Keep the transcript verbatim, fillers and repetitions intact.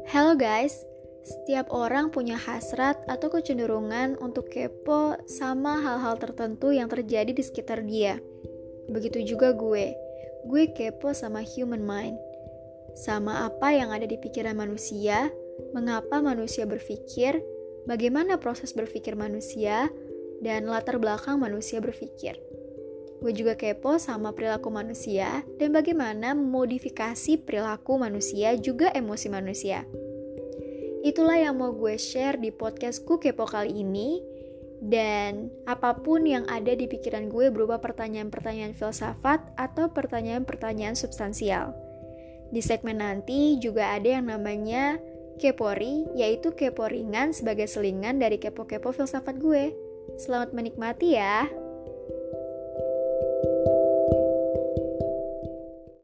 Hello guys, setiap orang punya hasrat atau kecenderungan untuk kepo sama hal-hal tertentu yang terjadi di sekitar dia. Begitu juga gue, gue kepo sama human mind. Sama apa yang ada di pikiran manusia, mengapa manusia berpikir, bagaimana proses berpikir manusia, dan latar belakang manusia berpikir. Gue juga kepo sama perilaku manusia dan bagaimana memodifikasi perilaku manusia juga emosi manusia. Itulah yang mau gue share di podcastku Kepo kali ini. Dan apapun yang ada di pikiran gue berupa pertanyaan-pertanyaan filsafat atau pertanyaan-pertanyaan substansial. Di segmen nanti juga ada yang namanya Kepori, yaitu kepo ringan sebagai selingan dari kepo-kepo filsafat gue. Selamat menikmati ya!